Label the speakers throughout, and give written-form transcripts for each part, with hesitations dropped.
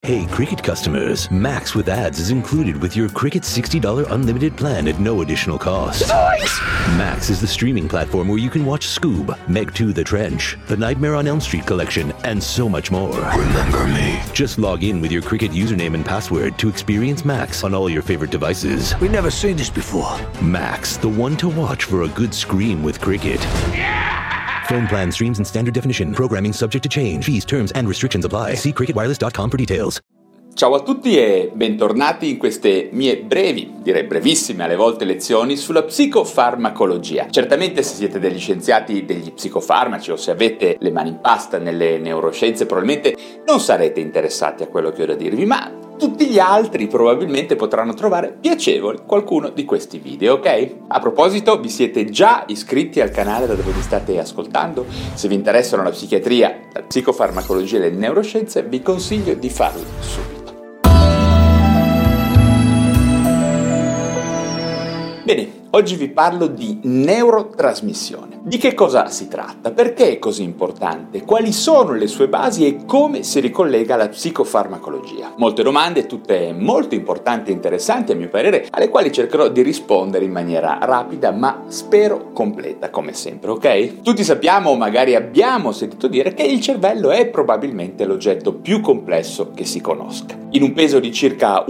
Speaker 1: Hey, Cricket customers, Max with ads is included with your Cricket $60 unlimited plan at no additional cost.
Speaker 2: Nice!
Speaker 1: Max is the streaming platform where you can watch Scoob, Meg 2 The Trench, The Nightmare on Elm Street collection, and so much more.
Speaker 2: Remember me.
Speaker 1: Just log in with your Cricket username and password to experience Max on all your favorite devices.
Speaker 2: We've never seen this before.
Speaker 1: Max, the one to watch for a good scream with Cricket. Phone plan streams in standard definition. Programming subject to change. Fees, terms, and restrictions apply. See cricketwireless.com for details.
Speaker 3: Ciao a tutti e bentornati in queste mie brevi, direi brevissime alle volte, lezioni sulla psicofarmacologia. Certamente se siete degli scienziati degli psicofarmaci o se avete le mani in pasta nelle neuroscienze probabilmente non sarete interessati a quello che ho da dirvi, ma tutti gli altri probabilmente potranno trovare piacevole qualcuno di questi video, ok? A proposito, vi siete già iscritti al canale da dove vi state ascoltando? Se vi interessano la psichiatria, la psicofarmacologia e le neuroscienze, vi consiglio di farlo subito. Bene, oggi vi parlo di neurotrasmissione. Di che cosa si tratta? Perché è così importante? Quali sono le sue basi e come si ricollega alla psicofarmacologia? Molte domande, tutte molto importanti e interessanti a mio parere, alle quali cercherò di rispondere in maniera rapida ma spero completa come sempre, ok? Tutti sappiamo, o magari abbiamo sentito dire, che il cervello è probabilmente l'oggetto più complesso che si conosca. In un peso di circa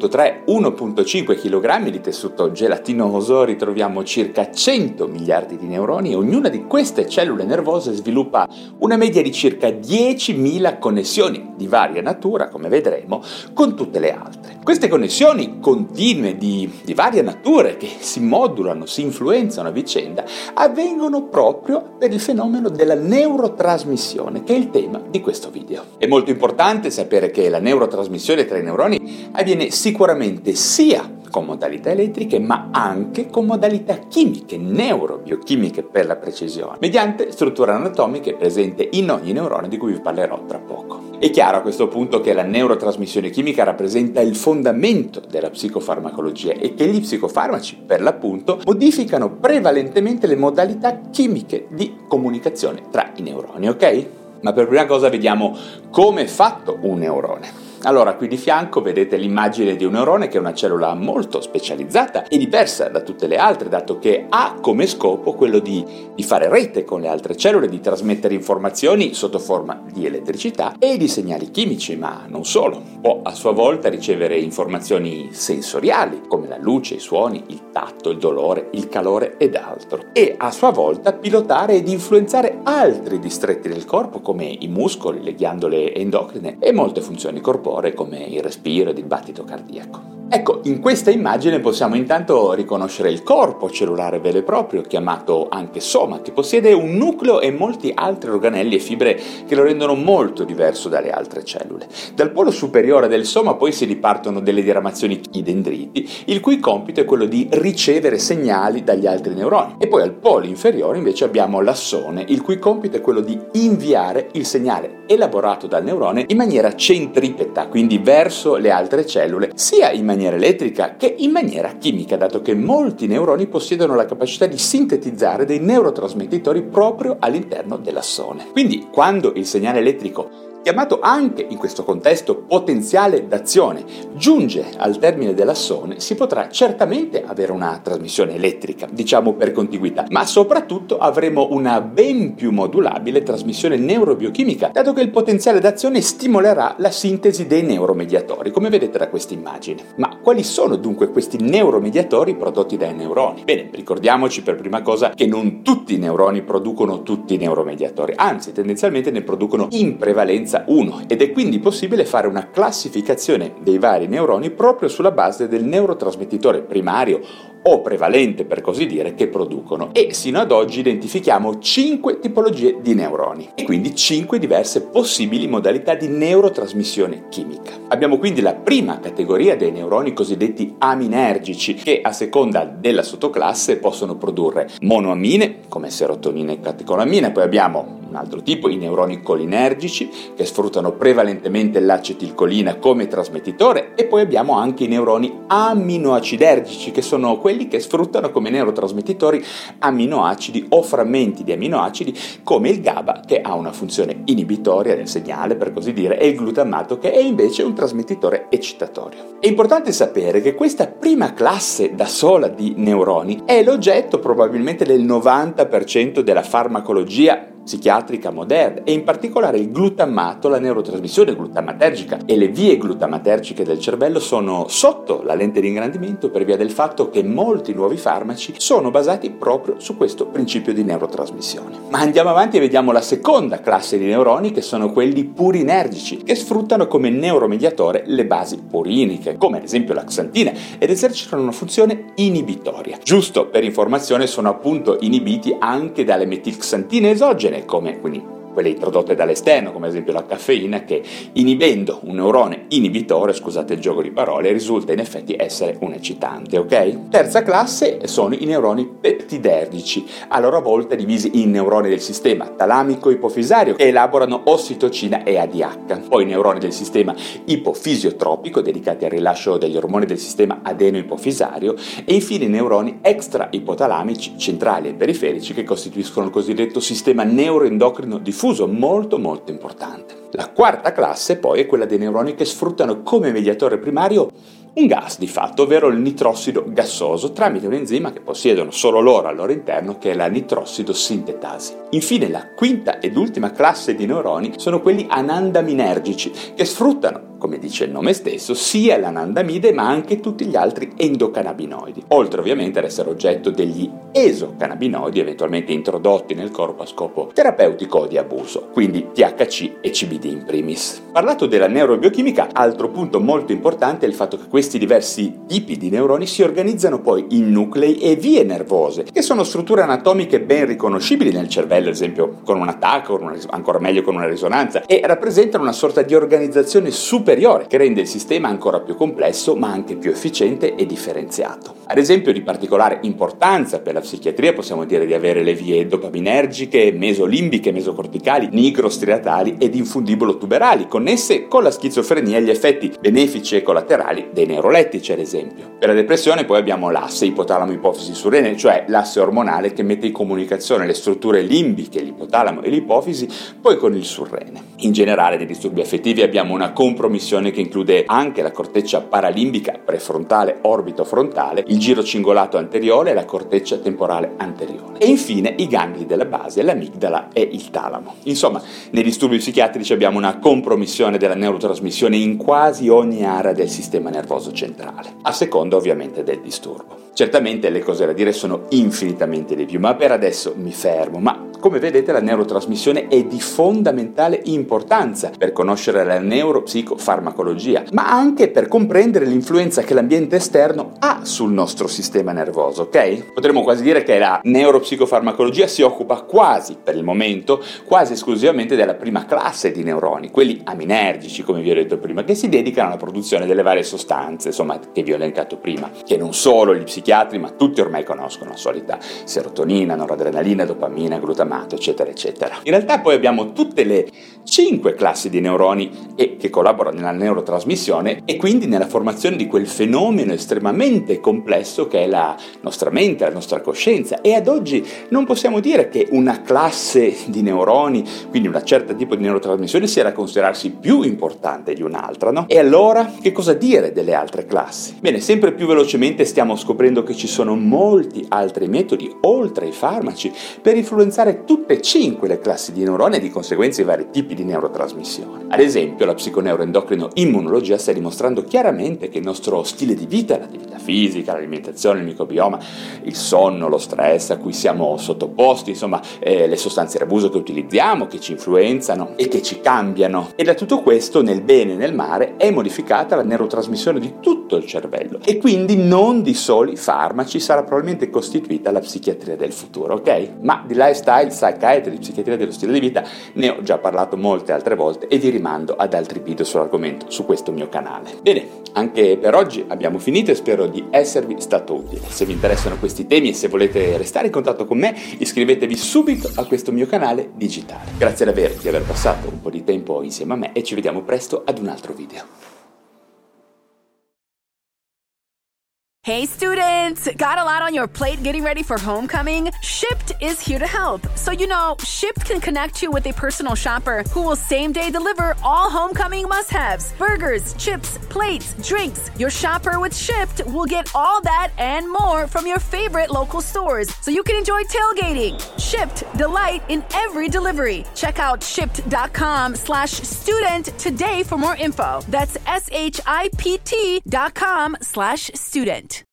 Speaker 3: 1,3-1,5 kg di tessuto gelatinoso ritroviamo circa 100 miliardi di neuroni e ognuna di queste cellule nervose sviluppa una media di circa 10.000 connessioni di varia natura, come vedremo, con tutte le altre. Queste connessioni continue di varia natura che si modulano, si influenzano a vicenda, avvengono proprio per il fenomeno della neurotrasmissione, che è il tema di questo video. È molto importante sapere che la neurotrasmissione tra i neuroni avviene sicuramente sia con modalità elettriche ma anche con modalità chimiche, neurobiochimiche per la precisione, mediante struttura anatomiche presente in ogni neurone di cui vi parlerò tra poco. È chiaro a questo punto che la neurotrasmissione chimica rappresenta il fondamento della psicofarmacologia e che gli psicofarmaci, per l'appunto, modificano prevalentemente le modalità chimiche di comunicazione tra i neuroni, ok? Ma per prima cosa vediamo come è fatto un neurone. Allora, qui di fianco vedete l'immagine di un neurone che è una cellula molto specializzata e diversa da tutte le altre, dato che ha come scopo quello di fare rete con le altre cellule, di trasmettere informazioni sotto forma di elettricità e di segnali chimici, ma non solo. Può a sua volta ricevere informazioni sensoriali, come la luce, i suoni, il tatto, il dolore, il calore ed altro. E a sua volta pilotare ed influenzare altri distretti del corpo, come i muscoli, le ghiandole endocrine e molte funzioni corporee come il respiro ed il battito cardiaco. Ecco, in questa immagine possiamo intanto riconoscere il corpo cellulare vero e proprio, chiamato anche soma, che possiede un nucleo e molti altri organelli e fibre che lo rendono molto diverso dalle altre cellule. Dal polo superiore del soma poi si ripartono delle diramazioni, i dendriti, il cui compito è quello di ricevere segnali dagli altri neuroni. E poi al polo inferiore invece abbiamo l'assone, il cui compito è quello di inviare il segnale elaborato dal neurone in maniera centripeta, quindi verso le altre cellule, sia in maniera elettrica che in maniera chimica, dato che molti neuroni possiedono la capacità di sintetizzare dei neurotrasmettitori proprio all'interno dell'assone. Quindi quando il segnale elettrico, chiamato anche in questo contesto potenziale d'azione, giunge al termine dell'assone, si potrà certamente avere una trasmissione elettrica, diciamo per contiguità, ma soprattutto avremo una ben più modulabile trasmissione neurobiochimica, dato che il potenziale d'azione stimolerà la sintesi dei neuromediatori, come vedete da questa immagine. Ma quali sono dunque questi neuromediatori prodotti dai neuroni? Bene, ricordiamoci per prima cosa che non tutti i neuroni producono tutti i neuromediatori, anzi tendenzialmente ne producono in prevalenza uno, ed è quindi possibile fare una classificazione dei vari neuroni proprio sulla base del neurotrasmettitore primario o prevalente, per così dire, che producono. E sino ad oggi identifichiamo 5 tipologie di neuroni e quindi 5 diverse possibili modalità di neurotrasmissione chimica. Abbiamo quindi la prima categoria dei neuroni cosiddetti aminergici, che a seconda della sottoclasse possono produrre monoamine come serotonina e catecolamina, poi abbiamo un altro tipo, i neuroni colinergici, che sfruttano prevalentemente l'acetilcolina come trasmettitore, e poi abbiamo anche i neuroni aminoacidergici, che sono quelli che sfruttano come neurotrasmettitori aminoacidi o frammenti di aminoacidi, come il GABA, che ha una funzione inibitoria del segnale, per così dire, e il glutammato, che è invece un trasmettitore eccitatorio. È importante sapere che questa prima classe da sola di neuroni è l'oggetto probabilmente del 90% della farmacologia psichiatrica moderna, e in particolare il glutammato, la neurotrasmissione glutamatergica e le vie glutamatergiche del cervello sono sotto la lente di ingrandimento per via del fatto che molti nuovi farmaci sono basati proprio su questo principio di neurotrasmissione. Ma andiamo avanti e vediamo la seconda classe di neuroni, che sono quelli purinergici, che sfruttano come neuromediatore le basi puriniche, come ad esempio la xantina, ed esercitano una funzione inibitoria. Giusto per informazione, sono appunto inibiti anche dalle metilxantine esogene, come quindi quelle introdotte dall'esterno, come ad esempio la caffeina, che inibendo un neurone inibitore, scusate il gioco di parole, risulta in effetti essere un eccitante, ok? Terza classe sono i neuroni peptidergici, a loro volta divisi in neuroni del sistema talamico-ipofisario, che elaborano ossitocina e ADH, poi i neuroni del sistema ipofisiotropico, dedicati al rilascio degli ormoni del sistema adeno-ipofisario, e infine i neuroni extra-ipotalamici, centrali e periferici, che costituiscono il cosiddetto sistema neuroendocrino diffuso, molto importante. La quarta classe poi è quella dei neuroni che sfruttano come mediatore primario un gas di fatto, ovvero il nitrossido gassoso, tramite un enzima che possiedono solo loro al loro interno, che è la nitrossido sintetasi. Infine la quinta ed ultima classe di neuroni sono quelli anandaminergici, che sfruttano, come dice il nome stesso, sia l'anandamide ma anche tutti gli altri endocannabinoidi, oltre ovviamente ad essere oggetto degli esocannabinoidi eventualmente introdotti nel corpo a scopo terapeutico o di abuso, quindi THC e CBD in primis. Parlato della neurobiochimica, altro punto molto importante è il fatto che questi diversi tipi di neuroni si organizzano poi in nuclei e vie nervose, che sono strutture anatomiche ben riconoscibili nel cervello, ad esempio con un attacco, ancora meglio con una risonanza, e rappresentano una sorta di organizzazione superiore che rende il sistema ancora più complesso ma anche più efficiente e differenziato. Ad esempio, di particolare importanza per la psichiatria possiamo dire di avere le vie dopaminergiche, mesolimbiche, mesocorticali, nigrostriatali ed infundibolo-tuberali, connesse con la schizofrenia e gli effetti benefici e collaterali dei neurolettici, ad esempio. Per la depressione poi abbiamo l'asse ipotalamo-ipofisi surrene, cioè l'asse ormonale che mette in comunicazione le strutture limbiche, l'ipotalamo e l'ipofisi, poi con il surrene. In generale, nei disturbi affettivi abbiamo una compromissione che include anche la corteccia paralimbica prefrontale orbitofrontale, il giro cingolato anteriore e la corteccia temporale anteriore. E infine i gangli della base, l'amigdala e il talamo. Insomma, nei disturbi psichiatrici abbiamo una compromissione della neurotrasmissione in quasi ogni area del sistema nervoso centrale, a seconda ovviamente del disturbo. Certamente le cose da dire sono infinitamente di più, ma per adesso mi fermo. Ma come vedete, la neurotrasmissione è di fondamentale importanza per conoscere la neuropsicofarmacologia, ma anche per comprendere l'influenza che l'ambiente esterno ha sul nostro sistema nervoso, ok? Potremmo quasi dire che la neuropsicofarmacologia si occupa quasi, per il momento, quasi esclusivamente della prima classe di neuroni, quelli aminergici, come vi ho detto prima, che si dedicano alla produzione delle varie sostanze, insomma, che vi ho elencato prima, che non solo gli psichiatri, ma tutti ormai conoscono, la solita serotonina, noradrenalina, dopamina, glutamato, eccetera, eccetera. In realtà poi abbiamo tutte le 5 classi di neuroni che collaborano nella neurotrasmissione e quindi nella formazione di quel fenomeno estremamente complesso che è la nostra mente, la nostra coscienza, e ad oggi non possiamo dire che una classe di neuroni, quindi un certo tipo di neurotrasmissione, sia da considerarsi più importante di un'altra, no? E allora che cosa dire delle altre classi? Bene, sempre più velocemente stiamo scoprendo che ci sono molti altri metodi, oltre ai farmaci, per influenzare tutte e 5 le classi di neuroni e di conseguenza i vari tipi di neurotrasmissione. Ad esempio, la psiconeuroendocrino-immunologia sta dimostrando chiaramente che il nostro stile di vita, l'attività fisica, l'alimentazione, il microbioma, il sonno, lo stress a cui siamo sottoposti, insomma, le sostanze d'abuso che utilizziamo, che ci influenzano e che ci cambiano. E da tutto questo, nel bene e nel male, è modificata la neurotrasmissione di tutto il cervello e quindi non di soli farmaci sarà probabilmente costituita la psichiatria del futuro, ok? Ma di lifestyle, psychiatry, di psichiatria dello stile di vita ne ho già parlato molte altre volte e vi rimando ad altri video sull'argomento su questo mio canale. Bene, anche per oggi abbiamo finito e spero di esservi stato utile. Se vi interessano questi temi e se volete restare in contatto con me, iscrivetevi subito a questo mio canale digitale. Grazie davvero di aver passato un po' di tempo insieme a me e ci vediamo presto ad un altro video.
Speaker 4: Hey students, got a lot on your plate getting ready for homecoming? Shipt is here to help. So Shipt can connect you with a personal shopper who will same-day deliver all homecoming must-haves. Burgers, chips, plates, drinks. Your shopper with Shipt will get all that and more from your favorite local stores so you can enjoy tailgating. Shipt, delight in every delivery. Check out shipt.com/student today for more info. That's SHIPT.com/student.